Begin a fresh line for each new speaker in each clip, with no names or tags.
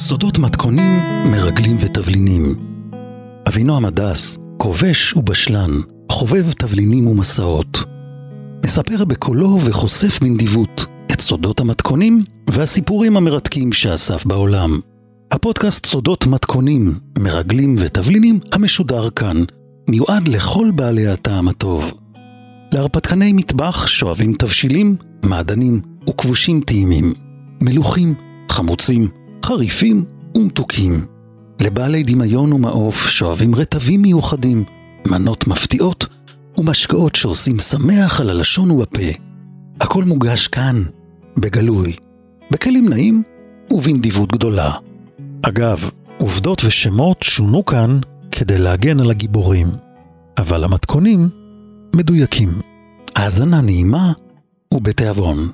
סודות מתכונים, מרגלים ותבלינים. אבינועם הדס, כובש ובשלן, חובב תבלינים ומסעות. מספר בקולו וחושף בנדיבות את סודות המתכונים והסיפורים המרתקים שאסף בעולם. הפודקאסט סודות מתכונים, מרגלים ותבלינים המשודר כאן, מיועד לכל בעלי הטעם הטוב. להרפתקני מטבח שואבים תבשילים, מעדנים וכבושים טעימים, מלוחים, חמוצים, חריפים ומתוקים. לבעלי דמיון ומעוף שואבים רטבים מיוחדים, מנות מפתיעות ומשקאות שעושים שמח על הלשון ובפה. הכל מוגש כאן, בגלוי, בכלים נעים ובנדיבות גדולה. אגב, עובדות ושמות שונו כאן כדי להגן על הגיבורים, אבל המתכונים מדויקים. האזנה נעימה ובתיאבון.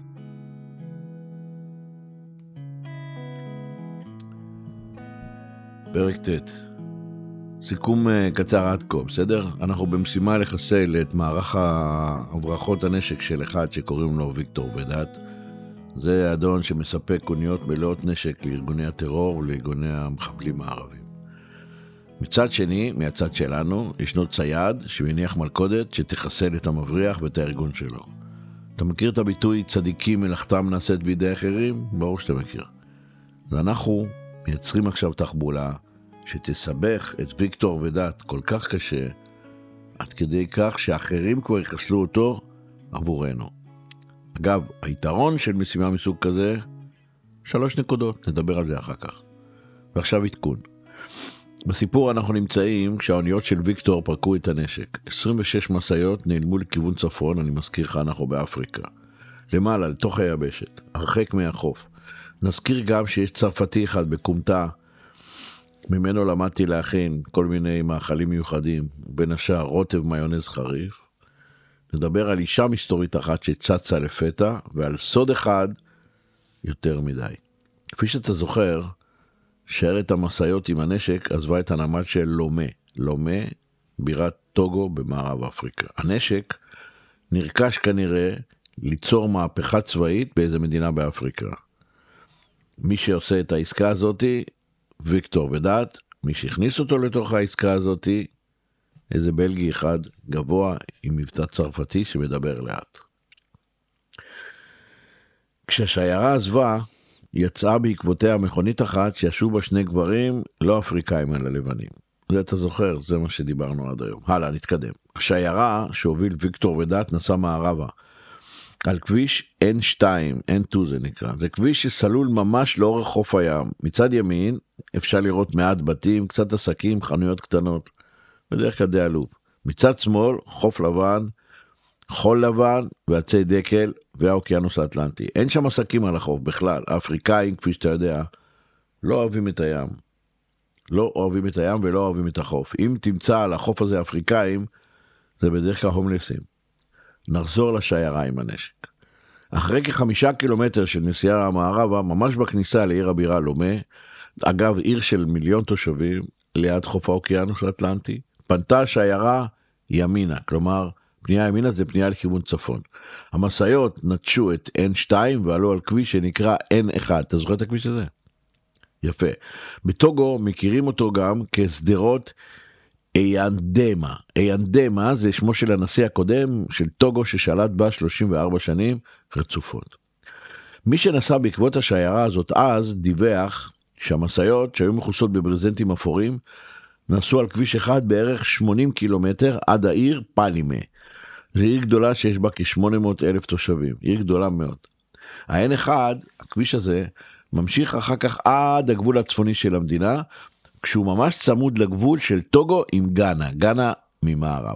פרק ט'. סיכום קצר עד כה, בסדר? אנחנו במשימה לחסל את מערך הברחות הנשק של אחד שקוראים לו ויקטור ודעת. זה אדון שמספק אוניות מלאות נשק לארגוני הטרור ולארגוני המחבלים הערבים. מצד שני, מהצד שלנו, ישנו צייד שמניח מלכודת שתחסל את המבריח ואת הארגון שלו. אתה מכיר את הביטוי צדיקים מלאכתם נעשית בידי אחרים? ברור שאתה מכיר. ואנחנו מייצרים עכשיו תחבולה שתסבך את ויקטור ודעת כל כך קשה, עד כדי כך שאחרים כבר יחסלו אותו עבורנו. אגב, היתרון של משימה מסוג כזה, 3 נקודות, נדבר על זה אחר כך. ועכשיו עדכון. בסיפור אנחנו נמצאים כשהאוניות של ויקטור פרקו את הנשק. 26 מסעיות נעלמו לכיוון צפון, אני מזכיר לך, אנחנו באפריקה. למעלה, לתוך היבשת, הרחק מהחוף. נזכיר גם שיש צרפתי אחד בקומטה, ממנו למדתי להכין כל מיני מאכלים מיוחדים, בין השאר רוטב מיונז חריף. נדבר על אישה מסתורית אחת שצצה לפתע, ועל סוד אחד יותר מדי. כפי שאתה זוכר, שיירת המסעיות עם הנשק עזבה את הנמל של לומה, בירת טוגו במערב אפריקה. הנשק נרכש כנראה ליצור מהפכה צבאית באיזה מדינה באפריקה. מי שעושה את העסקה הזאת, ויקטור ודעת, מי שהכניס אותו לתוך העסקה הזאת, איזה בלגי אחד גבוה עם מבטא צרפתי שמדבר לאט. כשהשיירה עזבה, יצאה בעקבותיה מכונית אחת שישבו בה 2 גברים לא אפריקאים אלא לבנים. זה אתה זוכר, זה מה שדיברנו עד היום. הלאה, נתקדם. השיירה שהוביל ויקטור ודעת נסע מערבה. על כביש N2, N2 זה נקרא. זה כביש שסלול ממש לאורך חוף הים. מצד ימין אפשר לראות מעט בתים, קצת עסקים, חנויות קטנות. בדרך כלל די עלוב. מצד שמאל, חוף לבן, חול לבן ועצי דקל והאוקיינוס האטלנטי. אין שם עסקים על החוף בכלל. האפריקאים, כפי שאתה יודע, לא אוהבים את הים. לא אוהבים את הים ולא אוהבים את החוף. אם תמצא על החוף הזה אפריקאים, זה בדרך כלל הומלסים. נחזור לשיירה עם הנשק. אחרי כ5 קילומטר של נסיעה המערבה, ממש בכניסה לעיר הבירה לומה, אגב עיר של 1,000,000 תושבים, ליד חוף האוקיינוס האטלנטי, פנתה השיירה ימינה, כלומר פנייה ימינה זה פנייה לכיוון צפון. המסעיות נטשו את N2 ועלו על כביש שנקרא N1, אתה זוכר את הכביש הזה? יפה. בטוגו מכירים אותו גם כסדרות איינדמה. איינדמה זה שמו של הנשיא הקודם של טוגו ששלט בה 34 שנים רצופות. מי שנסע בעקבות השיירה הזאת אז דיווח שהמסעיות שהיו מכוסות בברזנטים אפורים נסעו על כביש אחד בערך 80 קילומטר עד העיר פאלימה. זו עיר גדולה שיש בה כ800,000 תושבים, עיר גדולה מאוד. ה-N1, הכביש הזה, ממשיך אחר כך עד הגבול הצפוני של המדינה, כשהוא ממש צמוד לגבול של טוגו עם גאנה ממערב.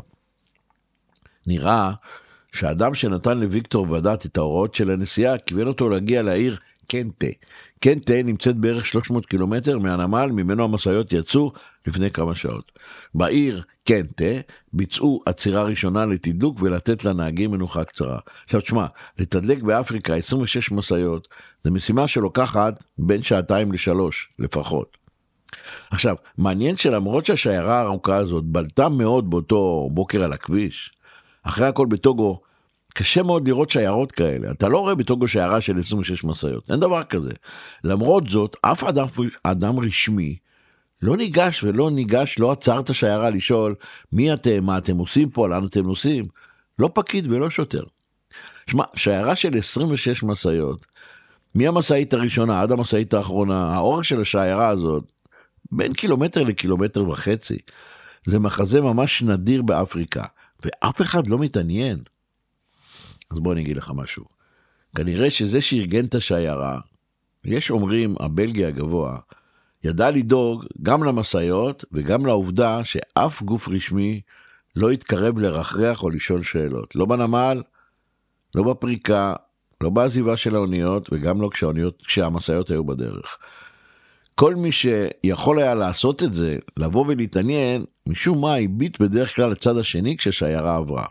נראה שהאדם שנתן לויקטור ודעת את ההוראות של הנסיעה, כיוון אותו להגיע לעיר קנטה. קנטה נמצאת בערך 300 קילומטר מהנמל, ממנו המסעיות יצאו לפני כמה שעות. בעיר קנטה ביצעו עצירה ראשונה לתדלוק ולתת לנהגים מנוחה קצרה. עכשיו תשמע, לתדלק באפריקה 26 מסעיות, זה משימה שלוקחת בין 2 ל3 לפחות. עכשיו, מעניין שלמרות שהשיירה הארוכה הזאת בלטה מאוד באותו בוקר על הכביש, אחרי הכל בטוגו קשה מאוד לראות שיירות כאלה. אתה לא רואה בטוגו שיירה של 26 מסעיות, אין דבר כזה. למרות זאת, אף אדם רשמי לא ניגש לא עצר את השיירה לשאול מי אתם, מה אתם עושים פה, לאן אתם נוסעים. לא פקיד ולא שוטר. שמע, שיירה של 26 מסעיות, מהמסעית הראשונה עד המסעית האחרונה, האורך של השיירה הזאת, בין קילומטר לקילומטר וחצי, זה מחזה ממש נדיר באפריקה, ואף אחד לא מתעניין. אז בוא אני אגיד לך משהו. כנראה שזה שארגן את השיירה, יש אומרים, הבלגי הגבוה, ידע לדאוג גם למסעיות וגם לעובדה שאף גוף רשמי לא יתקרב לרחרח או לשאול שאלות. לא בנמל, לא בפריקה, לא בעזיבה של האוניות, וגם לא כשהמסעיות היו בדרך. כל מי שיכול היה לעשות את זה, לבוא ולהתעניין, משום מה הביט בדרך כלל לצד השני כששיירה עברה.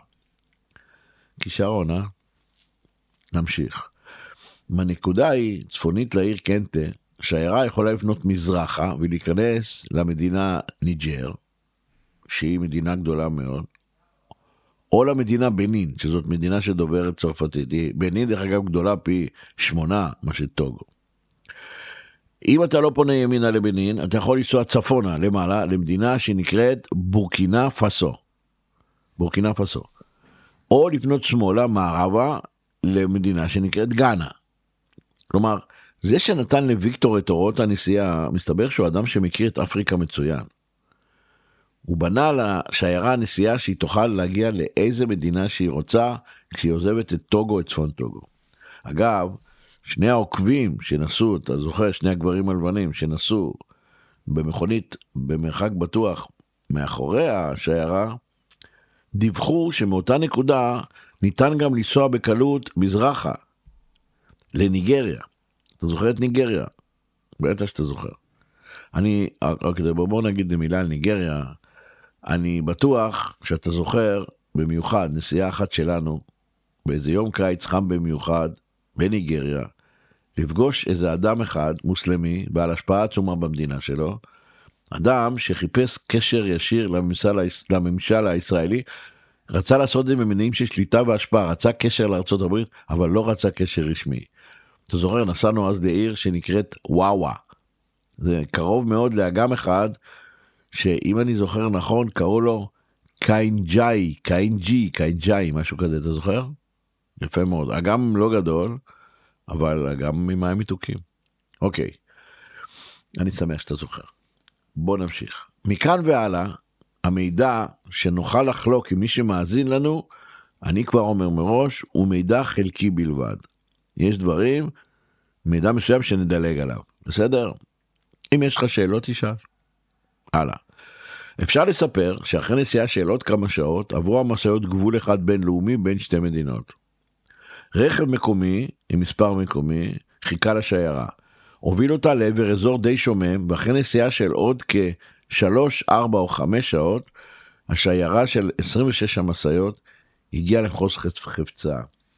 כישרון, נמשיך. מהנקודה היא, צפונית לעיר קנטה, שיירה יכולה לפנות מזרחה ולהיכנס למדינה ניג'ר, שהיא מדינה גדולה מאוד, או למדינה בנין, שזאת מדינה שדוברת צרפתית. בנין דרך אגב גדולה פי 8 מה שטוגו. אם אתה לא פונה ימינה לבנין, אתה יכול לנסוע צפונה למעלה למדינה שנקראת בורקינה פאסו. בורקינה פאסו. או לפנות שמאלה מערבה למדינה שנקראת גאנה. כלומר, זה שנתן לוויקטור את הוראות הנסיעה, מסתבר שהוא אדם שמכיר את אפריקה מצוין. הוא בנה לשיירה הנסיעה שהיא תוכל להגיע לאיזה מדינה שהיא רוצה, כשהיא עוזבת את טוגו, את צפון טוגו. אגב, שני העוקבים שנסעו, אתה זוכר, שני הגברים הלבנים שנסעו במכונית במרחק בטוח מאחורי השיירה, דיווחו שמאותה נקודה ניתן גם לנסוע בקלות מזרחה, לניגריה. אתה זוכר את ניגריה? בטח שאתה זוכר. בוא נגיד מילה על ניגריה, אני בטוח שאתה זוכר במיוחד נסיעה אחת שלנו, באיזה יום קיץ חם במיוחד, בניגריה, לפגוש איזה אדם אחד, מוסלמי, בעל השפעה עצומה במדינה שלו, אדם שחיפש קשר ישיר לממשל הישראלי, רצה לעשות את זה במניעים של שליטה והשפעה, רצה קשר לארצות הברית, אבל לא רצה קשר רשמי. אתה זוכר, נסענו אז לעיר שנקראת וואווה. זה קרוב מאוד לאגם אחד, שאם אני זוכר נכון, קראו לו קיינג'י, משהו כזה, אתה זוכר? יפה מאוד. אגם לא גדול, אבל אגם ממים מתוקים. אוקיי. אני שמח שאתה זוכר. בוא נמשיך. מכאן והלאה, המידע שנוכל לחלוק עם מי שמאזין לנו, אני כבר אומר מראש, הוא מידע חלקי בלבד. יש דברים, מידע מסוים שנדלג עליו. בסדר? אם יש לך שאלות, תשאל. הלאה. אפשר לספר שאחרי נסיעה של עוד כמה שעות, עברו המסעיות גבול אחד בינלאומי בין שתי מדינות. רכב מקומי, עם מספר מקומי, חיכה לשיירה. הוביל אותה לעבר אזור די שומם, ואחרי נסיעה של עוד כ3, 4 או 5 שעות, השיירה של 26 המסעיות הגיעה למחוז חפצה.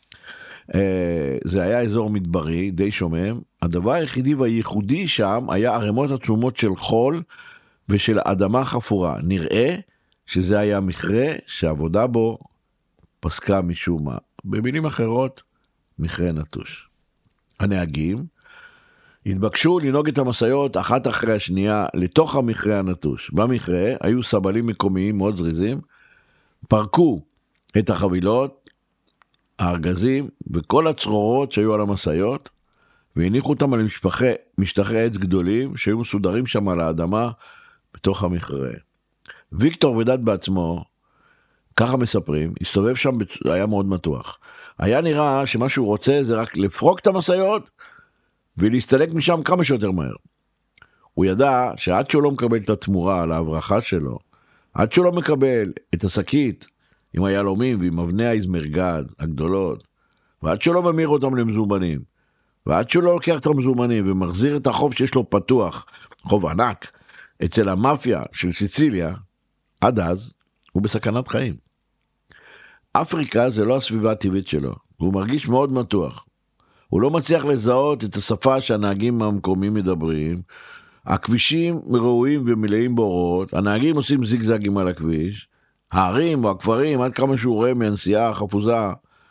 זה היה אזור מדברי, די שומם. הדבר היחידי והייחודי שם היה ערימות עצומות של חול ושל אדמה חפורה. נראה שזה היה מכרה שעבודה בו פסקה משום מה. במילים אחרות, מכרה נטוש. הנהגים התבקשו לנהוג את המסעיות אחת אחרי השנייה לתוך המכרה הנטוש. במכרה היו סבלים מקומיים מאוד זריזים, פרקו את החבילות, הארגזים וכל הצרורות שהיו על המסעיות, והניחו אותם על משטחי עץ גדולים שהיו מסודרים שם על האדמה בתוך המכרה. ויקטור ודד בעצמו, ככה מספרים, הסתובב שם, היה מאוד מתוח. היה נראה שמה שהוא רוצה זה רק לפרוק את המסעיות ולהסתלק משם כמה שיותר מהר. הוא ידע שעד שהוא לא מקבל את התמורה על ההברחה שלו, עד שהוא לא מקבל את השקית עם היהלומים ועם אבני האזמרגד הגדולות, ועד שהוא לא ממיר אותם למזומנים, ועד שהוא לא לוקח את המזומנים ומחזיר את החוב שיש לו פתוח, חוב ענק, אצל המאפיה של סיציליה, עד אז הוא בסכנת חיים. אפריקה זה לא הסביבה הטבעית שלו, הוא מרגיש מאוד מתוח. הוא לא מצליח לזהות את השפה שהנהגים המקומיים מדברים, הכבישים ראויים ומלאים באורות, הנהגים עושים זיגזגים על הכביש, הערים או הכפרים, עד כמה שהוא רואה מהנסיעה החפוזה,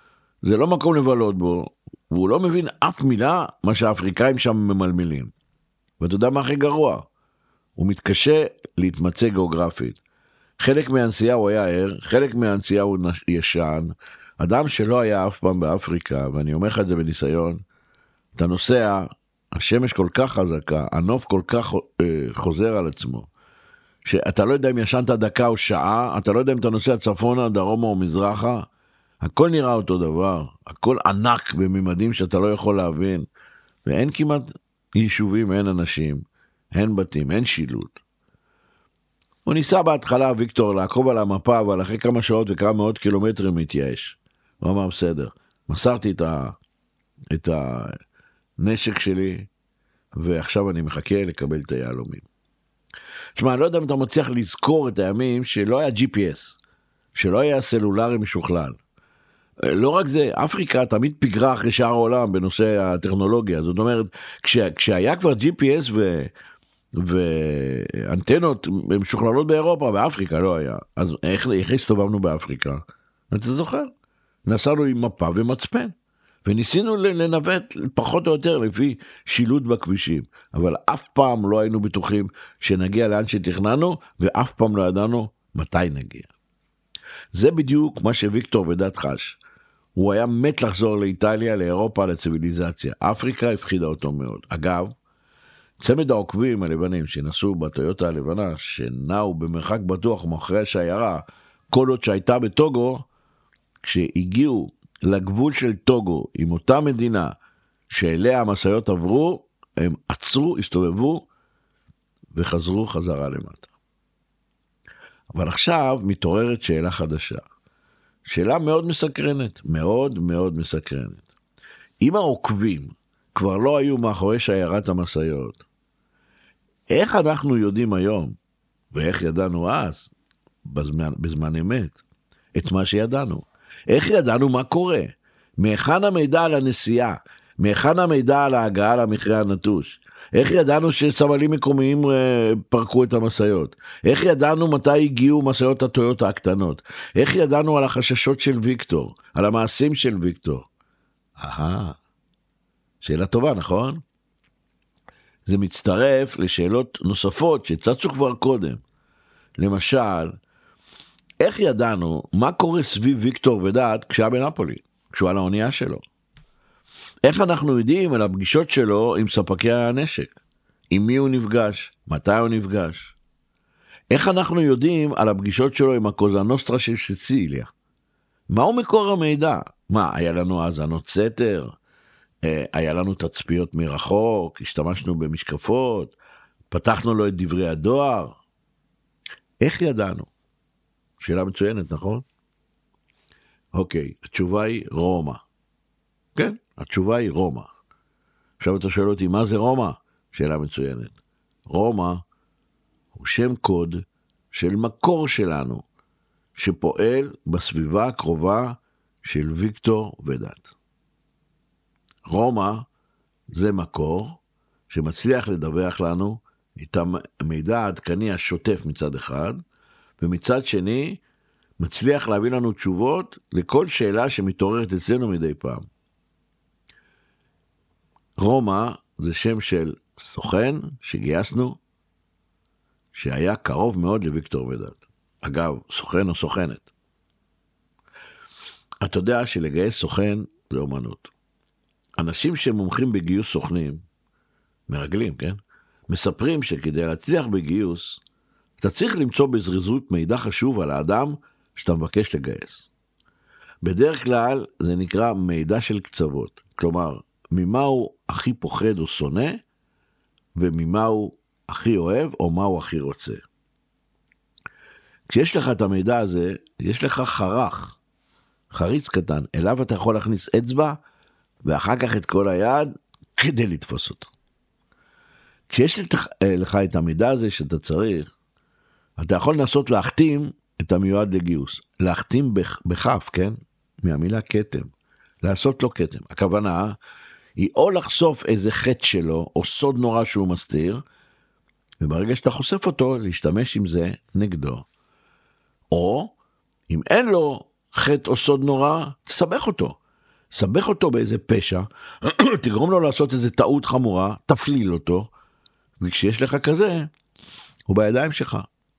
זה לא מקום לבלות בו, והוא לא מבין אף מילה מה שהאפריקאים שם ממלמלים. ואתה יודע מה הכי גרוע? הוא מתקשה להתמצא גיאוגרפית. חלק מהנסיעה הוא היה ער, חלק מהנסיעה הוא ישן. אדם שלא היה אף פעם באפריקה, ואני אומר לך את זה בניסיון, אתה נוסע, השמש כל כך חזקה, הנוף כל כך חוזר על עצמו, שאתה לא יודע אם ישנת דקה או שעה, אתה לא יודע אם אתה נוסע צפונה, דרומה או מזרחה, הכל נראה אותו דבר, הכל ענק בממדים שאתה לא יכול להבין, ואין כמעט יישובים, אין אנשים, אין בתים, אין שילוט. הוא ניסה בהתחלה, ויקטור, לעקוב על המפה, אבל אחרי כמה שעות וכמה מאות קילומטרים מתייאש. הוא אמר, בסדר, מסרתי את הנשק שלי, ועכשיו אני מחכה לקבל את היהלומים. תשמע, אני לא יודע אם אתה מצליח לזכור את הימים שלא היה GPS, שלא היה סלולרי משוכלל. לא רק זה, אפריקה תמיד פיגרה אחרי שאר העולם בנושא הטכנולוגיה. זאת אומרת, כשהיה כבר GPS ואנטנות משוכללות באירופה, באפריקה לא היה. אז איך הסתובבנו באפריקה? אתה זוכר? נסענו עם מפה ומצפן, וניסינו לנווט פחות או יותר לפי שילוט בכבישים, אבל אף פעם לא היינו בטוחים שנגיע לאן שתכננו, ואף פעם לא ידענו מתי נגיע. זה בדיוק מה שוויקטור ודעת חש. הוא היה מת לחזור לאיטליה, לאירופה, לציביליזציה. אפריקה הפחידה אותו מאוד. אגב, צמד העוקבים הלבנים שנסעו בטויוטה הלבנה, שנעו במרחק בטוח מאחורי השיירה, כל עוד שהייתה בטוגו, כשהגיעו לגבול של טוגו עם אותה מדינה שאליה המשאיות עברו, הם עצרו, הסתובבו וחזרו חזרה למטה. אבל עכשיו מתעוררת שאלה חדשה. שאלה מאוד מסקרנת, מאוד מאוד מסקרנת. אם העוקבים כבר לא היו מאחורי שיירת המשאיות, איך אנחנו יודעים היום, ואיך ידענו אז, בזמן אמת, את מה שידענו? איך ידענו מה קורה? מהיכן המידע על הנסיעה? מהיכן המידע על ההגעה למכרה הנטוש? איך ידענו שסמלים מקומיים פרקו את המשאיות? איך ידענו מתי הגיעו משאיות הטויוטה הקטנות? איך ידענו על החששות של ויקטור? על המעשים של ויקטור? שאלה טובה, נכון? זה מצטרף לשאלות נוספות שצצו כבר קודם. למשל, איך ידענו מה קורה סביב ויקטור ודעת כשהיה בנפולי, כשהוא על האונייה שלו? איך אנחנו יודעים על הפגישות שלו עם ספקי הנשק? עם מי הוא נפגש? מתי הוא נפגש? איך אנחנו יודעים על הפגישות שלו עם הקוזה נוסטרה של סיציליה? מהו מקור המידע? מה, היה לנו האזנות סתר? היה לנו תצפיות מרחוק? השתמשנו במשקפות? פתחנו לו את דברי הדואר? איך ידענו? שאלה מצוינת, נכון? אוקיי, התשובה היא רומא. כן, התשובה היא רומא. עכשיו אתה שואל אותי, מה זה רומא? שאלה מצוינת. רומא הוא שם קוד של מקור שלנו, שפועל בסביבה הקרובה של ויקטור ודעת. רומא זה מקור שמצליח לדווח לנו את המידע העדכני השוטף מצד אחד, ומצד שני מצליח להביא לנו תשובות לכל שאלה שמתעוררת אצלנו מדי פעם. רומא זה שם של סוכן שגייסנו, שהיה קרוב מאוד לוויקטור ודעת. אגב, סוכן או סוכנת. אתה יודע שלגייס סוכן זה אומנות. אנשים שמומחים בגיוס סוכנים, מרגלים, כן? מספרים שכדי להצליח בגיוס, אתה צריך למצוא בזריזות מידע חשוב על האדם שאתה מבקש לגייס. בדרך כלל זה נקרא מידע של קצוות. כלומר, ממה הוא הכי פוחד או שונא, וממה הוא הכי אוהב או מה הוא הכי רוצה. כשיש לך את המידע הזה, יש לך חריץ קטן, אליו אתה יכול להכניס אצבע, ואחר כך את כל היד, כדי לתפוס אותו. כשיש לך את המידע הזה שאתה צריך, אתה יכול לנסות להחתים את המיועד לגיוס. להחתים בכף, כן? מהמילה כתם. לעשות לו כתם. הכוונה היא או לחשוף איזה חטא שלו, או סוד נורא שהוא מסתיר, וברגע שאתה חושף אותו, להשתמש עם זה נגדו. או, אם אין לו חטא או סוד נורא, תסבך אותו. סבך אותו באיזה פשע, תגרום לו לעשות איזה טעות חמורה, תפליל אותו, וכשיש לך כזה, הוא בידיים שלך.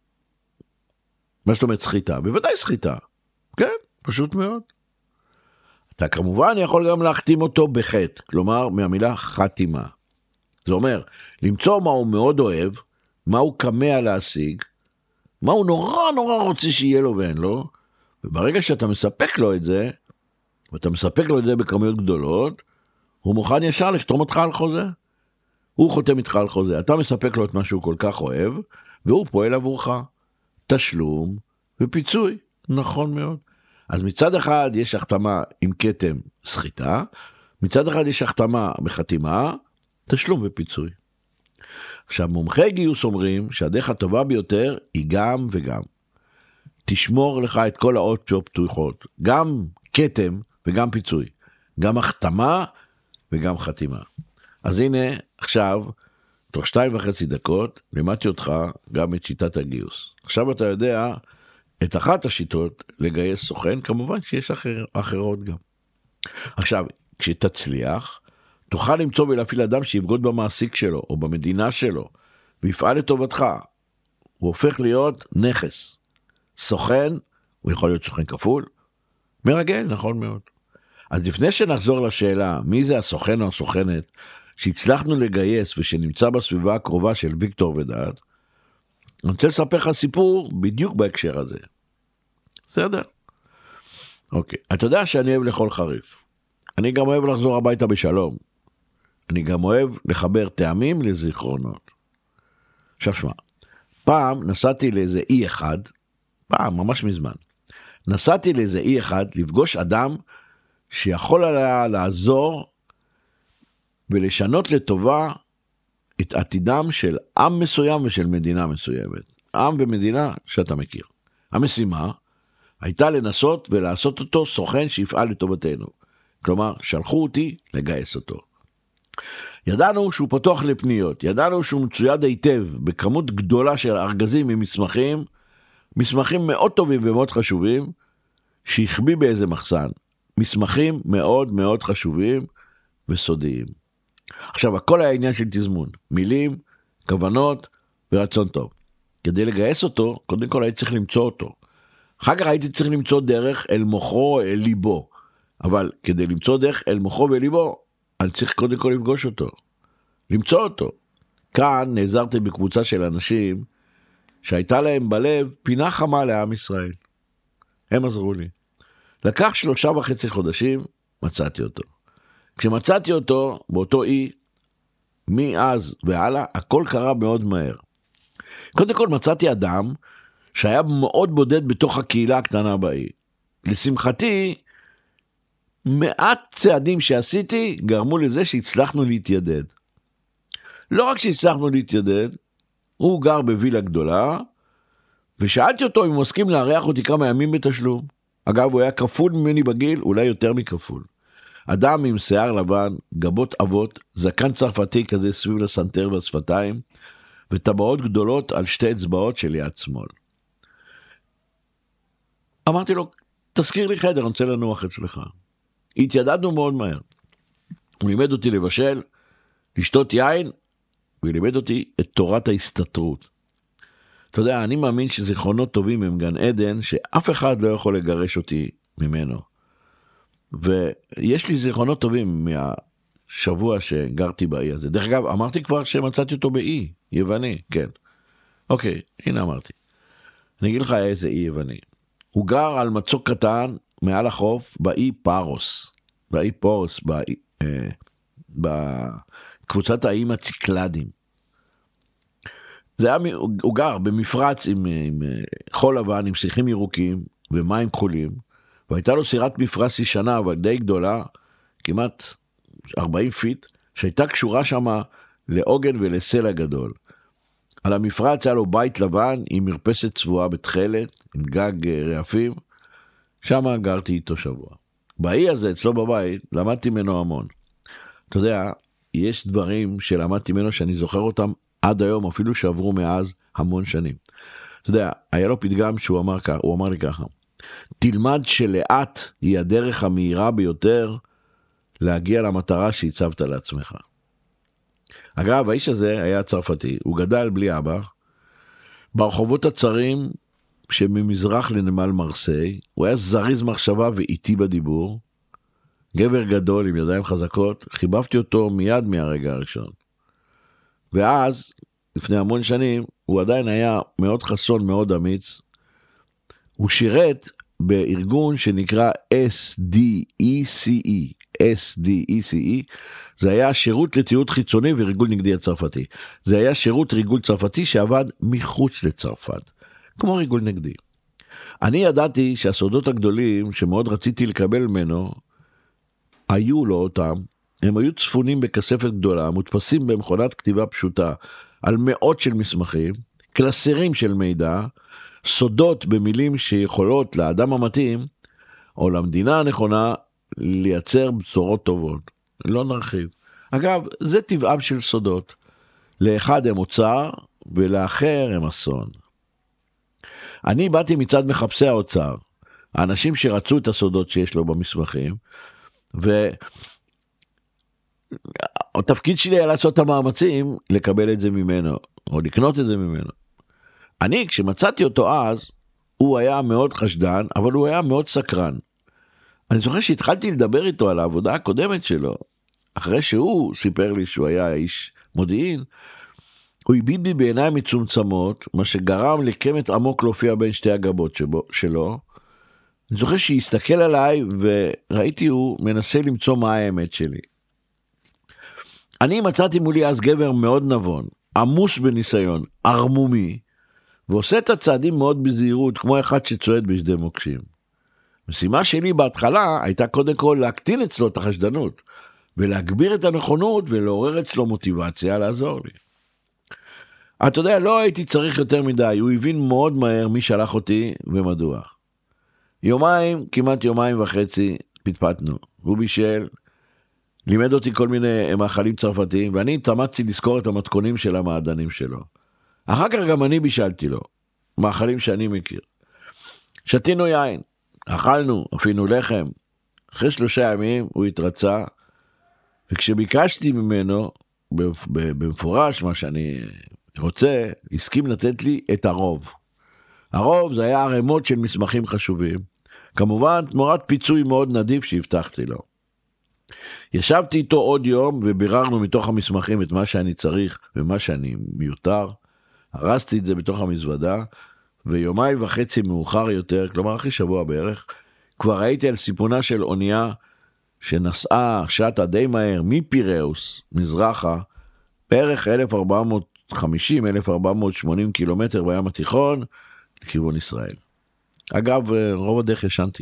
מה זאת אומרת סחיטה? בוודאי סחיטה. כן, פשוט מאוד. אתה כמובן יכול גם להחתים אותו בחטא, כלומר מהמילה חתימה. זה אומר, למצוא מה הוא מאוד אוהב, מה הוא כמה להשיג, מה הוא נורא נורא רוצה שיהיה לו ואין לו, וברגע שאתה מספק לו את זה, ואתה מספק לו את זה בכמויות גדולות, הוא מוכן ישר לחתום אותך על חוזה. הוא חותם איתך על חוזה, אתה מספק לו את מה שהוא כל כך אוהב, והוא פועל עבורך. תשלום ופיצוי, נכון מאוד. אז מצד אחד יש החתמה עם כתם סחיטה, מצד אחד יש החתמה בחתימה, תשלום ופיצוי. עכשיו, מומחי גיוס אומרים שהדרך הטובה ביותר היא גם וגם. תשמור לך את כל האופציות פתוחות, גם כתם וגם פיצוי, גם החתמה וגם חתימה. אז הנה, עכשיו, תוך 2.5 דקות, לימדתי אותך גם את שיטת הגיוס. עכשיו אתה יודע את אחת השיטות לגייס סוכן, כמובן שיש אחרות גם. עכשיו, כשתצליח, תוכל למצוא ולהפעיל אדם שיבגוד במעסיק שלו, או במדינה שלו, ויפעל לטובתך. הוא הופך להיות נכס. סוכן, הוא יכול להיות סוכן כפול, מרגל, נכון מאוד. אז לפני שנחזור לשאלה, מי זה הסוכן או הסוכנת, שהצלחנו לגייס ושנמצא בסביבה הקרובה של ויקטור ודעת, אני רוצה לספר לך סיפור בדיוק בהקשר הזה. בסדר? אוקיי. אתה יודע שאני אוהב לאכול חריף. אני גם אוהב לחזור הביתה בשלום. אני גם אוהב לחבר טעמים לזיכרונות. עכשיו שמע, פעם נסעתי לאיזה אי אחד, פעם, ממש מזמן, נסעתי לאיזה אי אחד לפגוש אדם שיכול היה לעזור ולשנות לטובה את עתידם של עם מסוים ושל מדינה מסוימת. עם ומדינה שאתה מכיר. המשימה הייתה לנסות ולעשות אותו סוכן שיפעל לטובתנו. כלומר, שלחו אותי לגייס אותו. ידענו שהוא פתוח לפניות, ידענו שהוא מצויד היטב בכמות גדולה של ארגזים ממסמכים, מסמכים מאוד טובים ומאוד חשובים, שהחביא באיזה מחסן. מסמכים מאוד מאוד חשובים וסודיים. עכשיו, הכל היה עניין של תזמון, מילים, כוונות ורצון טוב. כדי לגייס אותו, קודם כל הייתי צריך למצוא אותו. אחר כך הייתי צריך למצוא דרך אל מוחו, אל ליבו. אבל כדי למצוא דרך אל מוחו וליבו, אני צריך קודם כל לפגוש אותו. למצוא אותו. כאן נעזרתי בקבוצה של אנשים שהייתה להם בלב פינה חמה לעם ישראל. הם עזרו לי. לקח 3.5 חודשים, מצאתי אותו. כשמצאתי אותו באותו אי, מאז והלאה, הכל קרה מאוד מהר. קודם כל מצאתי אדם שהיה מאוד בודד בתוך הקהילה הקטנה באי. לשמחתי, מעט צעדים שעשיתי גרמו לזה שהצלחנו להתיידד. לא רק שהצלחנו להתיידד, הוא גר בווילה גדולה, ושאלתי אותו אם הוא מסכים לארח אותי כמה ימים בתשלום. אגב, הוא היה כפול ממני בגיל, אולי יותר מכפול. אדם עם שיער לבן, גבות אבות, זקן צרפתי כזה סביב לסנטר והשפתיים, וטבעות גדולות על 2 אצבעות של יד שמאל. אמרתי לו, תזכיר לי חדר, אני רוצה לנוח אצלך. התיידדנו מאוד מהר. הוא לימד אותי לבשל, לשתות יין, ולימד אותי את תורת ההסתתרות. אתה יודע, אני מאמין שזיכרונות טובים הם גן עדן, שאף אחד לא יכול לגרש אותי ממנו. ויש לי זיכרונות טובים מהשבוע שגרתי באי הזה. דרך אגב, אמרתי כבר שמצאתי אותו באי, יווני, כן. אוקיי, הנה אמרתי. אני אגיד לך איזה אי יווני. הוא גר על מצוק קטן מעל החוף באי פארוס. באי פארוס, בקבוצת האיים הציקלדים. הוא גר במפרץ עם חול לבן, עם שיחים ירוקים ומים כחולים, והייתה לו סירת מפרץ ישנה, אבל די גדולה, כמעט 40 פיט, שהייתה קשורה שמה לעוגן ולסלע גדול. על המפרץ היה לו בית לבן עם מרפסת צבועה בתחלת, עם גג רעפים, שמה גרתי איתו שבוע. באי הזה, אצלו בבית, למדתי ממנו המון. אתה יודע, יש דברים שלמדתי ממנו שאני זוכר אותם עד היום, אפילו שעברו מאז המון שנים. אתה יודע, היה לו פתגם שהוא אמר לי ככה, תלמד שלאט היא הדרך המהירה ביותר להגיע למטרה שהצבת לעצמך. אגב, האיש הזה היה צרפתי, הוא גדל בלי אבא, ברחובות הצרים שממזרח לנמל מרסיי, הוא היה זריז מחשבה ואיטי בדיבור, גבר גדול עם ידיים חזקות, חיבבתי אותו מיד מהרגע הראשון. ואז, לפני המון שנים, הוא עדיין היה מאוד חסון, מאוד אמיץ. הוא שירת בארגון שנקרא SDECE. SDECE, זה היה שירות לתיעוד חיצוני וריגול נגדי הצרפתי. זה היה שירות ריגול צרפתי שעבד מחוץ לצרפת, כמו ריגול נגדי. אני ידעתי שהסודות הגדולים שמאוד רציתי לקבל ממנו, היו לו אותם, הם היו צפונים בכספת גדולה, מודפסים במכונת כתיבה פשוטה, על מאות של מסמכים, קלסרים של מידע, סודות במילים שיכולות לאדם המתאים, או למדינה הנכונה, לייצר בשורות טובות. לא נרחיב. אגב, זה טבעם של סודות. לאחד הם אוצר, ולאחר הם אסון. אני באתי מצד מחפשי האוצר, האנשים שרצו את הסודות שיש לו במסמכים, והתפקיד שלי היה לעשות את המאמצים לקבל את זה ממנו, או לקנות את זה ממנו. אני, כשמצאתי אותו אז, הוא היה מאוד חשדן, אבל הוא היה מאוד סקרן. אני זוכר שהתחלתי לדבר איתו על העבודה הקודמת שלו, אחרי שהוא סיפר לי שהוא היה איש מודיעין, הוא הביט בי בעיניים מצומצמות, מה שגרם לקמת עמוק להופיע בין שתי הגבות שלו. אני זוכר שהסתכל עליי וראיתי הוא מנסה למצוא מה האמת שלי. אני מצאתי מולי אז גבר מאוד נבון, עמוס בניסיון, ערמומי, ועושה את הצעדים מאוד בזהירות, כמו אחד שצועד בשדה מוקשים. משימה שלי בהתחלה הייתה קודם כל להקטין אצלו את החשדנות, ולהגביר את הנכונות ולעורר אצלו מוטיבציה לעזור לי. אתה יודע, לא הייתי צריך יותר מדי, הוא הבין מאוד מהר מי שלח אותי ומדוע. יומיים, כמעט יומיים וחצי, פטפטנו. הוא בישל, לימד אותי כל מיני מאכלים צרפתיים, ואני התאמצתי לזכור את המתכונים של המעדנים שלו. אחר כך גם אני בישלתי לו, מאכלים שאני מכיר. שתינו יין, אכלנו, אפינו לחם. אחרי 3 ימים הוא התרצה, וכשביקשתי ממנו, במפורש מה שאני רוצה, הסכים לתת לי את הרוב. הרוב זה היה ערימות של מסמכים חשובים, כמובן תמורת פיצוי מאוד נדיב שהבטחתי לו. ישבתי איתו עוד יום וביררנו מתוך המסמכים את מה שאני צריך ומה שאני מיותר, הרסתי את זה בתוך המזוודה, ויומיים וחצי מאוחר יותר, כלומר אחרי שבוע בערך, כבר הייתי על סיפונה של אונייה שנסעה שטה די מהר מפיראוס, מזרחה, בערך 1450-1480 קילומטר בים התיכון, לכיוון ישראל. אגב, רוב הדרך ישנתי.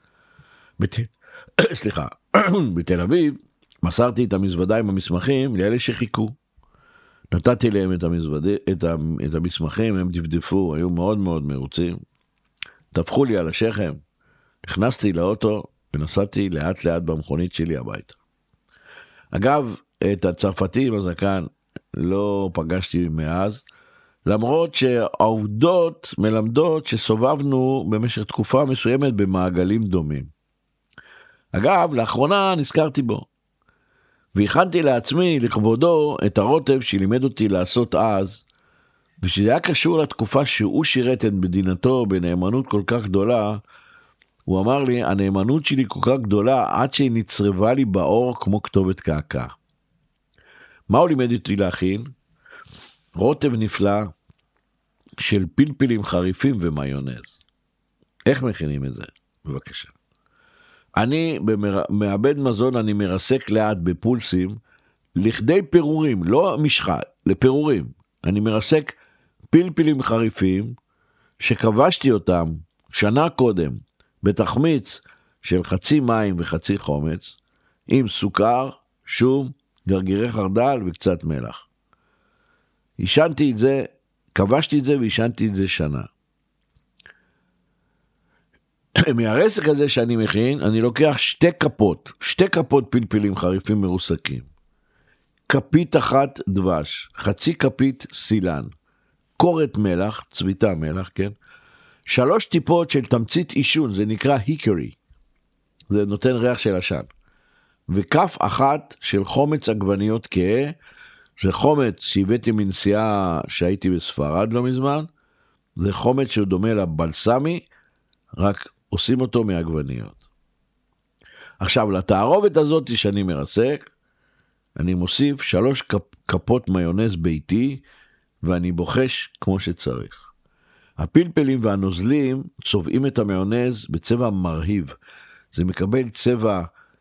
סליחה, בתל אביב, מסרתי את המזוודה עם המסמכים לאלה שחיכו. נתתי להם את המסמכים, הם דפדפו, היו מאוד מאוד מרוצים. טפחו לי על השכם, נכנסתי לאוטו ונסעתי לאט לאט במכונית שלי הביתה. אגב, את הצרפתי עם הזקן לא פגשתי מאז, למרות שהעובדות מלמדות שסובבנו במשך תקופה מסוימת במעגלים דומים. אגב, לאחרונה נזכרתי בו, והכנתי לעצמי לכבודו את הרוטב שלימד אותי לעשות אז, ושזה היה קשור לתקופה שהוא שירת את מדינתו בנאמנות כל כך גדולה. הוא אמר לי, הנאמנות שלי כל כך גדולה עד שהיא נצרבה לי באור כמו כתובת קעקע. מה הוא לימד אותי להכין? רוטב נפלא של פלפלים חריפים ומיונז. איך מכינים את זה? בבקשה. אני במעבד מזון, אני מרסק לאט בפולסים, לכדי פירורים, לא משחת, לפירורים. אני מרסק פלפלים חריפים, שכבשתי אותם שנה קודם, בתחמיץ של חצי מים וחצי חומץ, עם סוכר, שום, גרגירי חרדל וקצת מלח. ישנתי את זה, כבשתי את זה וישנתי את זה שנה. מהרסק הזה שאני מכין, אני לוקח 2 כפות פלפלים חריפים מרוסקים, כפית אחת דבש, חצי כפית סילן, קורת מלח, צביתה מלח, כן? 3 טיפות של תמצית אישון, זה נקרא היקרי, זה נותן ריח של עשן. וכף אחת של חומץ עגבניות כהה, זה חומץ שהבאתי מנסיעה שהייתי בספרד לא מזמן, זה חומץ שהוא דומה לבלסמי, רק עושים אותו מעגבניות. עכשיו, לתערובת הזאת שאני מרסק, אני מוסיף 3 כפות מיונז ביתי, ואני בוחש כמו שצריך. הפלפלים והנוזלים צובעים את המיונז בצבע מרהיב. זה מקבל צבע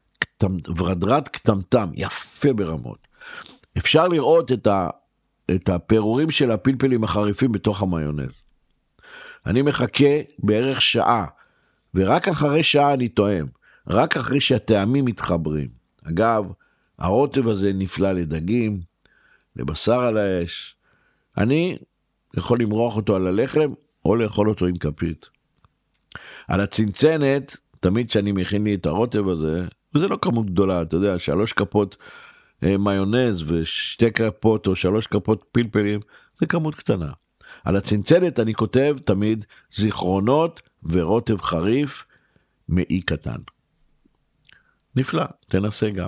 ורדרד קטמטם, יפה ברמות. אפשר לראות את הפירורים של הפלפלים החריפים בתוך המיונז. אני מחכה בערך שעה, ורק אחרי שעה אני טועם, רק אחרי שהטעמים מתחברים. אגב, הרוטב הזה נפלא לדגים, לבשר על האש. אני יכול למרוח אותו על הלחם, או לאכול אותו עם כפית. על הצנצנת, תמיד שאני מכין לי את הרוטב הזה, וזה לא כמות גדולה, אתה יודע, 3 כפות מיונז, ו2 כפות או 3 כפות פלפלים, זה כמות קטנה. על הצנצנת אני כותב תמיד זיכרונות ורוטב חריף מאי קטן. נפלא, תנסה גם.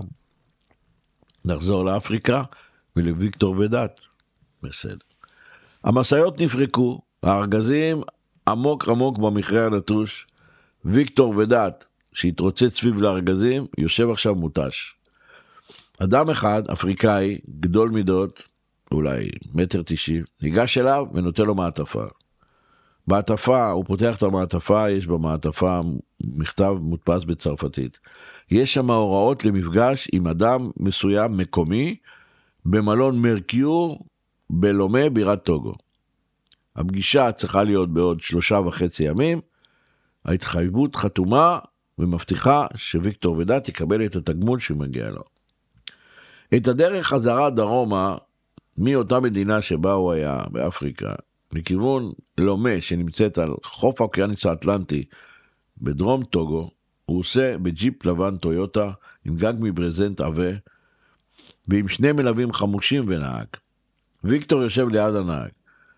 נחזור לאפריקה ולוויקטור ודעת. בסדר. המסעיות נפרקו, הארגזים עמוק עמוק במכרה הנטוש, ויקטור ודעת שהתרוצץ סביב לארגזים, יושב עכשיו מוטש. אדם אחד, אפריקאי, גדול מידות, אולי 1.90 מטר, ניגש אליו ונותן לו מעטפה. מעטפה, הוא פותח את המעטפה, יש במעטפה מכתב מודפס בצרפתית. יש שם הוראות למפגש עם אדם מסוים מקומי, במלון מרקיור, בלומה, בירת טוגו. הפגישה צריכה להיות בעוד 3.5 ימים, ההתחייבות חתומה ומבטיחה שוויקטור ודעת יקבל את התגמול שמגיע לו. את הדרך חזרה דרומה, מאותה מדינה שבה הוא היה באפריקה, מכיוון לומה שנמצאת על חוף האוקיינוס האטלנטי בדרום טוגו, הוא עושה בג'יפ לבן טויוטה עם גג מברזנט עבה, ועם 2 מלווים חמושים ונהג. ויקטור יושב ליד הנהג.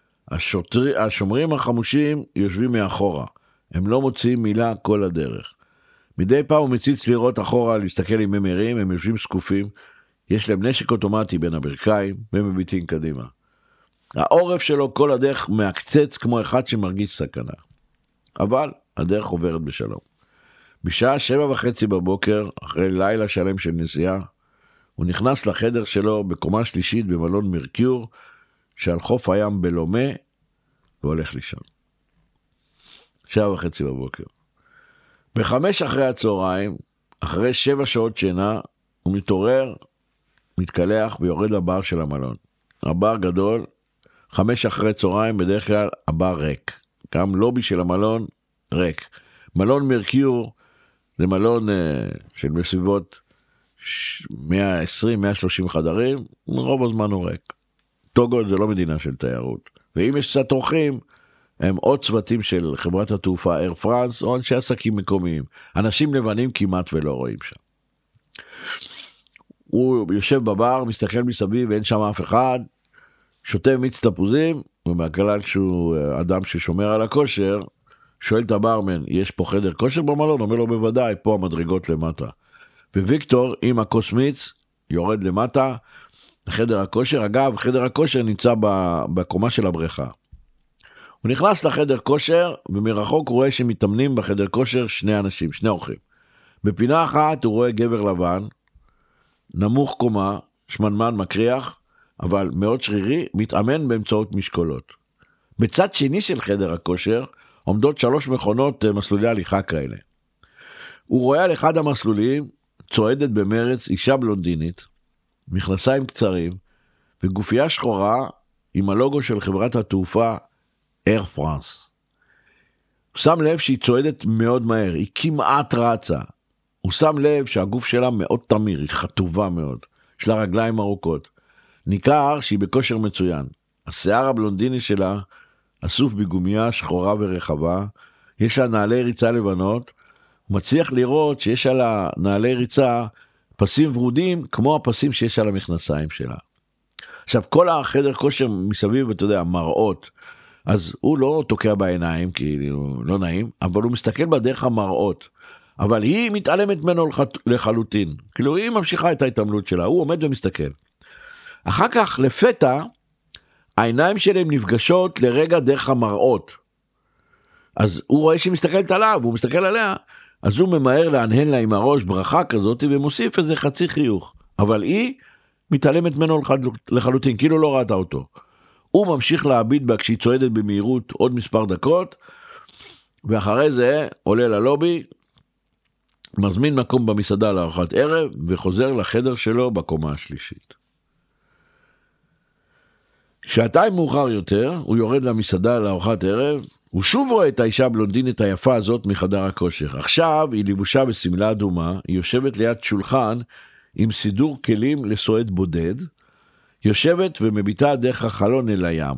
השומרים החמושים יושבים מאחורה, הם לא מוציאים מילה כל הדרך. מדי פעם הוא מציץ לראות אחורה, להסתכל אם הם ערים, הם יושבים סקופים, יש להם נשק אוטומטי בין הברכיים, והם מביטים קדימה. העורף שלו כל הדרך מעקצץ כמו אחד שמרגיש סכנה. אבל הדרך עוברת בשלום. בשעה 7:30 בבוקר, אחרי לילה שלם של נסיעה, הוא נכנס לחדר שלו בקומה שלישית במלון מרקיור, שעל חוף הים בלומה, והולך לישון. 7:30 בבוקר. ב5 אחרי הצהריים, אחרי 7 שעות שינה, הוא מתעורר, מתקלח ויורד לבר של המלון. הבר גדול, 5 אחרי צהריים, בדרך כלל הבר ריק. גם לובי של המלון ריק. מלון מרקיור זה מלון של בסביבות 120-130 חדרים, רוב הזמן הוא ריק. טוגו זה לא מדינה של תיירות. ואם יש קצת אורחים, הם עוד צוותים של חברת התעופה אייר פרנס, או אנשי עסקים מקומיים. אנשים לבנים כמעט ולא רואים שם. הוא יושב בבר, מסתכל מסביב, ואין שם אף אחד, שותה מיץ תפוזים, ומהכלל שהוא אדם ששומר על הכושר, שואל את הברמן, יש פה חדר כושר במלון? אומר לו, בוודאי, פה המדרגות למטה. וויקטור עם הכוס מיץ, יורד למטה, לחדר הכושר. אגב, חדר הכושר נמצא בקומה של הבריכה. הוא נכנס לחדר כושר, ומרחוק הוא רואה שמתאמנים בחדר כושר 2 אנשים, 2 אורחים. בפינה אחת הוא רואה גבר לבן, נמוך קומה, שמנמן מקריח, אבל מאוד שרירי, מתאמן באמצעות משקולות. בצד שני של חדר הכושר, עומדות 3 מכונות מסלולי הליכה כאלה. הוא רואה על אחד המסלולים, צועדת במרץ אישה בלונדינית, מכנסיים קצרים, וגופייה שחורה עם הלוגו של חברת התעופה אייר פרנס. הוא שם לב שהיא צועדת מאוד מהר, היא כמעט רצה. הוא שם לב שהגוף שלה מאוד תמיר, היא חטובה מאוד, יש לה רגליים ארוכות. ניכר שהיא בכושר מצוין. השיער הבלונדיני שלה אסוף בגומיה שחורה ורחבה, יש לה נעלי ריצה לבנות, הוא מצליח לראות שיש על הנעלי ריצה פסים ורודים כמו הפסים שיש על המכנסיים שלה. עכשיו, כל החדר כושר מסביב, אתה יודע, מראות, אז הוא לא תוקע בעיניים, כי הוא לא נעים, אבל הוא מסתכל בדרך המראות. אבל היא מתעלמת ממנו לחלוטין, כאילו היא ממשיכה את ההתעמלות שלה, הוא עומד ומסתכל. אחר כך לפתע, העיניים שלהם נפגשות לרגע דרך המראות, אז הוא רואה שהיא מסתכלת עליו, הוא מסתכל עליה, אז הוא ממהר להנהן לה עם הראש ברכה כזאת, ומוסיף איזה חצי חיוך, אבל היא מתעלמת ממנו לחלוטין, כאילו לא ראתה אותו. הוא ממשיך להביט בה כשהיא צועדת במהירות עוד מספר דקות, ואחרי זה עולה ללובי, מזמין מקום במסעדה לארוחת ערב, וחוזר לחדר שלו בקומה השלישית. שעתיים מאוחר יותר, הוא יורד למסעדה לארוחת ערב, הוא שוב רואה את האישה הבלונדינית היפה הזאת מחדר הכושר. עכשיו היא לבושה בסמלה אדומה, היא יושבת ליד שולחן עם סידור כלים לסועד בודד, יושבת ומביטה דרך החלון אל הים.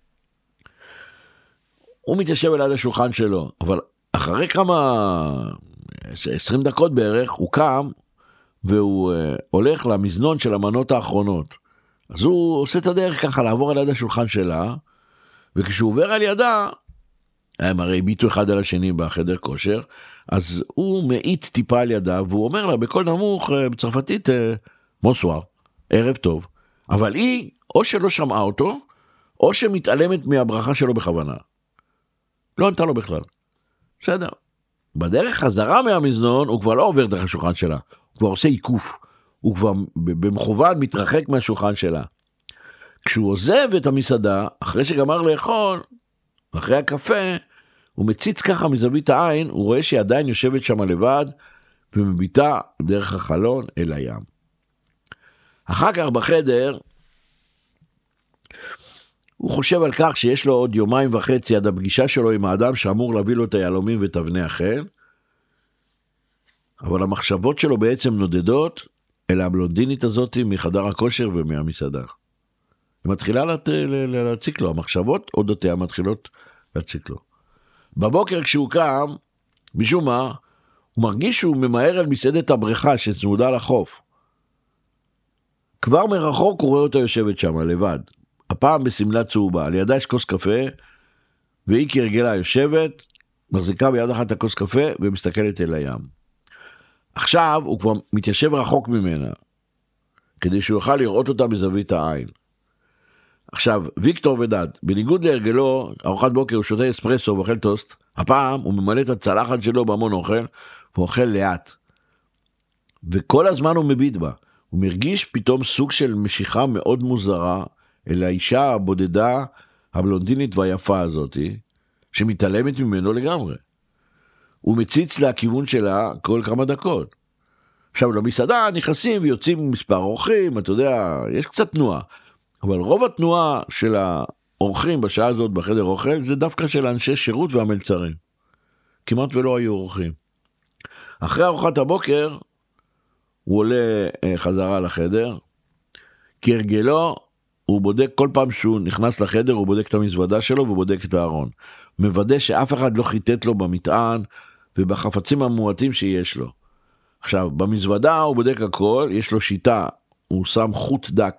הוא מתיישב ליד השולחן שלו, אבל אחרי כמה 20 דקות בערך הוא קם והוא הולך למזנון של המנות האחרונות. אז הוא עושה את הדרך ככה לעבור על יד השולחן שלה, וכשהוא עובר על ידה, הם הרי ביטו אחד על השני בחדר כושר, אז הוא מאית טיפה על ידה, והוא אומר לה בקול נמוך בצרפתית, מוסואר, ערב טוב. אבל היא או שלא שמעה אותו, או שמתעלמת מהברכה שלו בכוונה. לא ענתה לו בכלל. בסדר. בדרך חזרה מהמזנון, הוא כבר לא עובר דרך השולחן שלה, הוא כבר עושה עיקוף. הוא כבר במכוון מתרחק מהשולחן שלה. כשהוא עוזב את המסעדה, אחרי שגמר לאכול, אחרי הקפה, הוא מציץ ככה מזווית העין, הוא רואה שהיא עדיין יושבת שם לבד, ומביטה דרך החלון אל הים. אחר כך בחדר, הוא חושב על כך שיש לו עוד 2.5 ימים עד הפגישה שלו עם האדם שאמור להביא לו את היהלומים ותבני החן, אבל המחשבות שלו בעצם נודדות אל הבלונדינית הזאת מחדר הכושר ומהמסעדה. היא מתחילה להציק לו, המחשבות אודותיה מתחילות להציק לו. בבוקר כשהוא קם, משום מה, הוא מרגיש שהוא ממהר על מסעדת הבריכה שצמודה לחוף. כבר מרחוק הוא רואה אותה יושבת שם לבד, הפעם בסמלה צהובה, על ידה יש כוס קפה, והיא כרגלה יושבת, מחזיקה ביד אחת הכוס קפה ומסתכלת אל הים. עכשיו הוא כבר מתיישב רחוק ממנה, כדי שהוא יוכל לראות אותה בזווית העין. עכשיו, ויקטור ודד, בניגוד להרגלו, ארוחת בוקר הוא שותה אספרסו ואוכל טוסט, הפעם הוא ממלא את הצלחת שלו בהמון אוכל, ואוכל לאט. וכל הזמן הוא מביט בה, הוא מרגיש פתאום סוג של משיכה מאוד מוזרה, אל האישה הבודדה, הבלונדינית והיפה הזאת, שמתעלמת ממנו לגמרי. הוא מציץ לכיוון שלה כל כמה דקות. עכשיו למסעדה נכנסים ויוצאים מספר אורחים, אתה יודע, יש קצת תנועה, אבל רוב התנועה של האורחים בשעה הזאת בחדר אוכל, זה דווקא של אנשי שירות והמלצרים. כמעט ולא היו אורחים. אחרי ארוחת הבוקר, הוא עולה חזרה לחדר, כהרגלו, הוא בודק כל פעם שהוא נכנס לחדר, הוא בודק את המזוודה שלו, והוא בודק את הארון. מוודא שאף אחד לא חיטט לו במטען, ובחפצים המועטים שיש לו. עכשיו, במזוודה הוא בודק הכל, יש לו שיטה, הוא שם חוט דק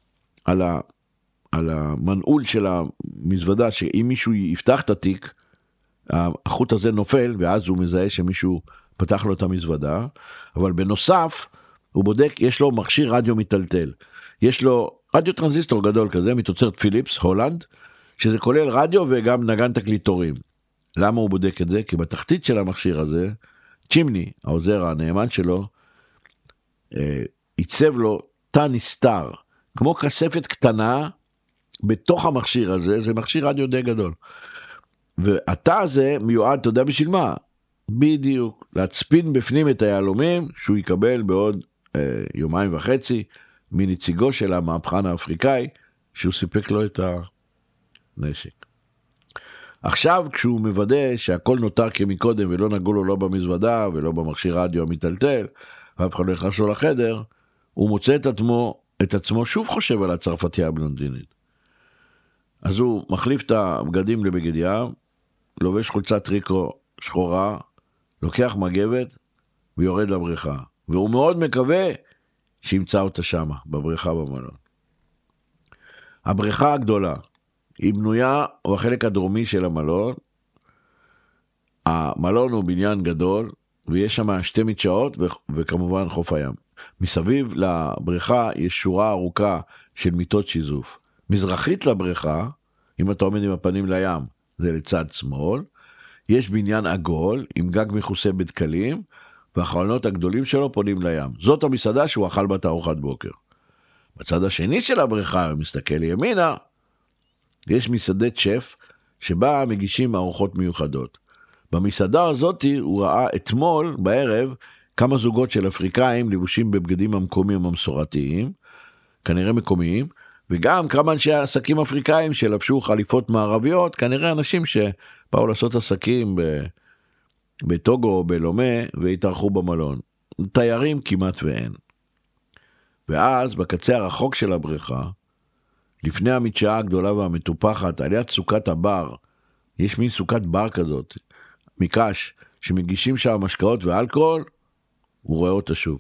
על המנעול של המזוודה, שאם מישהו יפתח את התיק, החוט הזה נופל, ואז הוא מזהה שמישהו פתח לו את המזוודה, אבל בנוסף, הוא בודק, יש לו מכשיר רדיו מטלטל, יש לו רדיו טרנזיסטור גדול כזה, מתוצרת פיליפס, הולנד, שזה כולל רדיו וגם נגן תקליטורים. למה הוא בודק את זה? כי בתחתית של המכשיר הזה, צ'ימני, העוזר הנאמן שלו, עיצב לו תא נסתר, כמו כספת קטנה, בתוך המכשיר הזה, זה מכשיר רדיו די גדול. והתא הזה מיועד, אתה יודע בשביל מה? בדיוק, להצפין בפנים את היהלומים, שהוא יקבל בעוד 1.5 ימים, מנציגו של המהפכן האפריקאי, שהוא סיפק לו את הנשק. עכשיו, כשהוא מוודא שהכל נותר כמקודם, ולא נגעו לו לא במזוודה, ולא במכשיר רדיו המטלטל, ואף אחד לא נכנס לו לחדר, הוא מוצא את עצמו שוב חושב על הצרפתייה הבלונדינית. אז הוא מחליף את הבגדים לבגד ים, לובש חולצת טריקו שחורה, לוקח מגבת, ויורד לבריכה. והוא מאוד מקווה שימצא אותה שמה, בבריכה במלון. הבריכה הגדולה, היא בנויה בחלק הדרומי של המלון. המלון הוא בניין גדול, ויש שם 2 מדשאות וכמובן חוף הים. מסביב לבריכה יש שורה ארוכה של מיטות שיזוף. מזרחית לבריכה, אם אתה עומד עם הפנים לים, זה לצד שמאל, יש בניין עגול עם גג מכוסה בדקלים, והחלונות הגדולים שלו פונים לים. זאת המסעדה שהוא אכל בה ארוחת בוקר. בצד השני של הבריכה, הוא מסתכל ימינה, יש מסעדת שף, שבה מגישים ארוחות מיוחדות. במסעדה הזאת הוא ראה אתמול בערב כמה זוגות של אפריקאים לבושים בבגדים המקומיים המסורתיים, כנראה מקומיים, וגם כמה אנשי עסקים אפריקאים שלבשו חליפות מערביות, כנראה אנשים שבאו לעשות עסקים בטוגו או בלומה והתארחו במלון. תיירים כמעט ואין. ואז בקצה הרחוק של הבריכה, לפני המדשאה הגדולה והמטופחת, על יד סוכת הבר, יש מין סוכת בר כזאת, מקש, שמגישים שם משקאות ואלכוהול, הוא רואה אותה שוב.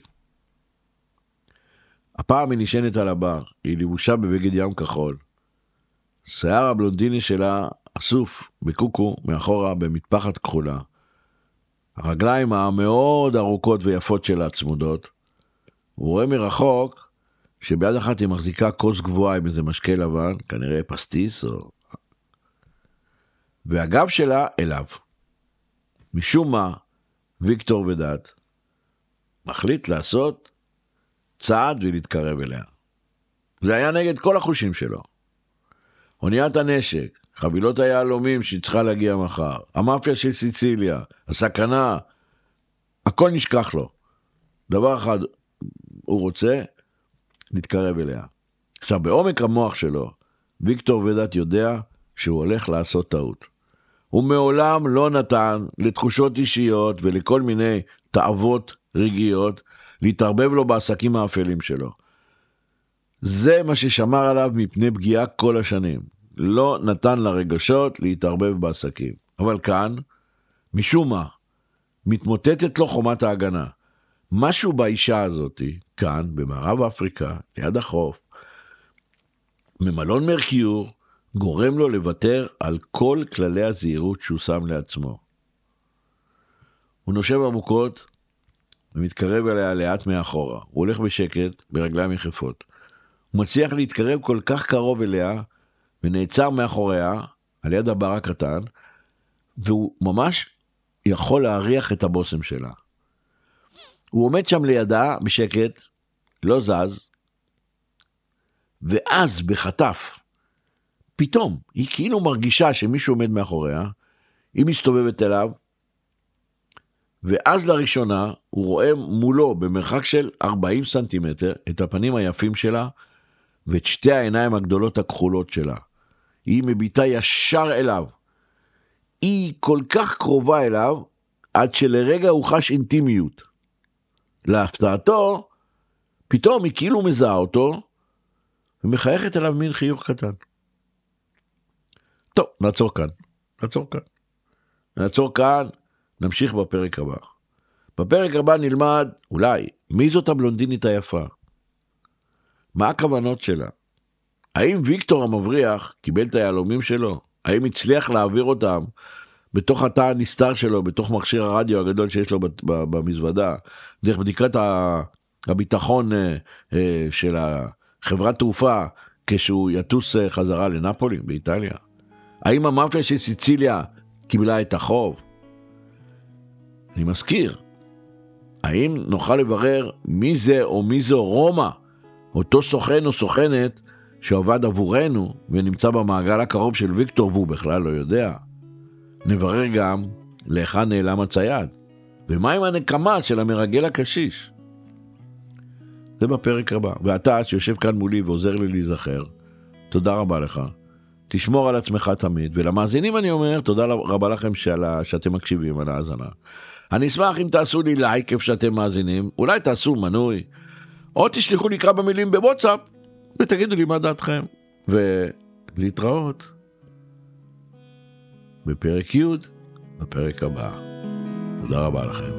הפעם היא נשענת על הבר, היא לבושה בבגד ים כחול. שיער הבלונדיני שלה אסוף בקוקו מאחורה במטפחת כחולה. הרגליים המאוד ארוכות ויפות שלה צמודות. הוא רואה מרחוק שביד אחת היא מחזיקה כוס גבוהה עם איזה משקה לבן, כנראה פסטיס או... והגב שלה אליו. משום מה, ויקטור ודעת מחליט לעשות צעד ולהתקרב אליה. זה היה נגד כל החושים שלו. אוניית הנשק, חבילות היהלומים שהיא צריכה להגיע מחר, המאפיה של סיציליה, הסכנה, הכל נשכח לו. דבר אחד הוא רוצה, להתקרב אליה. עכשיו, בעומק המוח שלו, ויקטור ודעת יודע שהוא הולך לעשות טעות. הוא מעולם לא נתן לתחושות אישיות ולכל מיני תאוות רגעיות להתערבב לו בעסקים האפלים שלו. זה מה ששמר עליו מפני פגיעה כל השנים. לא נתן לרגשות להתערבב בעסקים. אבל כאן, משום מה, מתמוטטת לו חומת ההגנה. משהו באישה הזאת, כאן, במערב אפריקה, ליד החוף, ממלון מרקיור, גורם לו לוותר על כל כללי הזהירות שהוא שם לעצמו. הוא נושב עמוקות ומתקרב אליה לאט מאחורה. הוא הולך בשקט, ברגליים יחפות. הוא מצליח להתקרב כל כך קרוב אליה, ונעצר מאחוריה, על יד הבר הקטן, והוא ממש יכול להריח את הבוסם שלה. הוא עומד שם לידה בשקט, לא זז, ואז בחטף, פתאום, היא כאילו מרגישה שמישהו עומד מאחוריה, היא מסתובבת אליו, ואז לראשונה הוא רואה מולו במרחק של 40 סנטימטר את הפנים היפים שלה, ואת שתי העיניים הגדולות הכחולות שלה. היא מביטה ישר אליו. היא כל כך קרובה אליו, עד שלרגע הוא חש אינטימיות. להפתעתו, פתאום היא כאילו מזהה אותו, ומחייכת אליו מין חיוך קטן. טוב, נעצור כאן, נמשיך בפרק הבא. בפרק הבא נלמד, אולי, מי זאת הבלונדינית היפה? מה הכוונות שלה? האם ויקטור המבריח קיבל את היהלומים שלו? האם הצליח להעביר אותם בתוך התא הנסתר שלו, בתוך מכשיר הרדיו הגדול שיש לו במזוודה, דרך בדיקת הביטחון של החברת תעופה, כשהוא יטוס חזרה לנפולי, באיטליה? האם המאפיה של סיציליה קיבלה את החוב? אני מזכיר, האם נוכל לברר מי זה או מי זו רומא, אותו סוכן או סוכנת שעובד עבורנו ונמצא במעגל הקרוב של ויקטור והוא בכלל לא יודע? נברר גם להיכן נעלם הצייד, ומה עם הנקמה של המרגל הקשיש? זה בפרק הבא. ואתה שיושב כאן מולי ועוזר לי להיזכר, תודה רבה לך. תשמור על עצמך תמיד, ולמאזינים אני אומר, תודה רבה לכם שאתם מקשיבים על ההאזנה. אני אשמח אם תעשו לי לייק איפה שאתם מאזינים, אולי תעשו מנוי, או תשלחו לי כמה מילים בוואטסאפ, ותגידו לי מה דעתכם. ולהתראות בפרק י' בפרק הבא. תודה רבה לכם.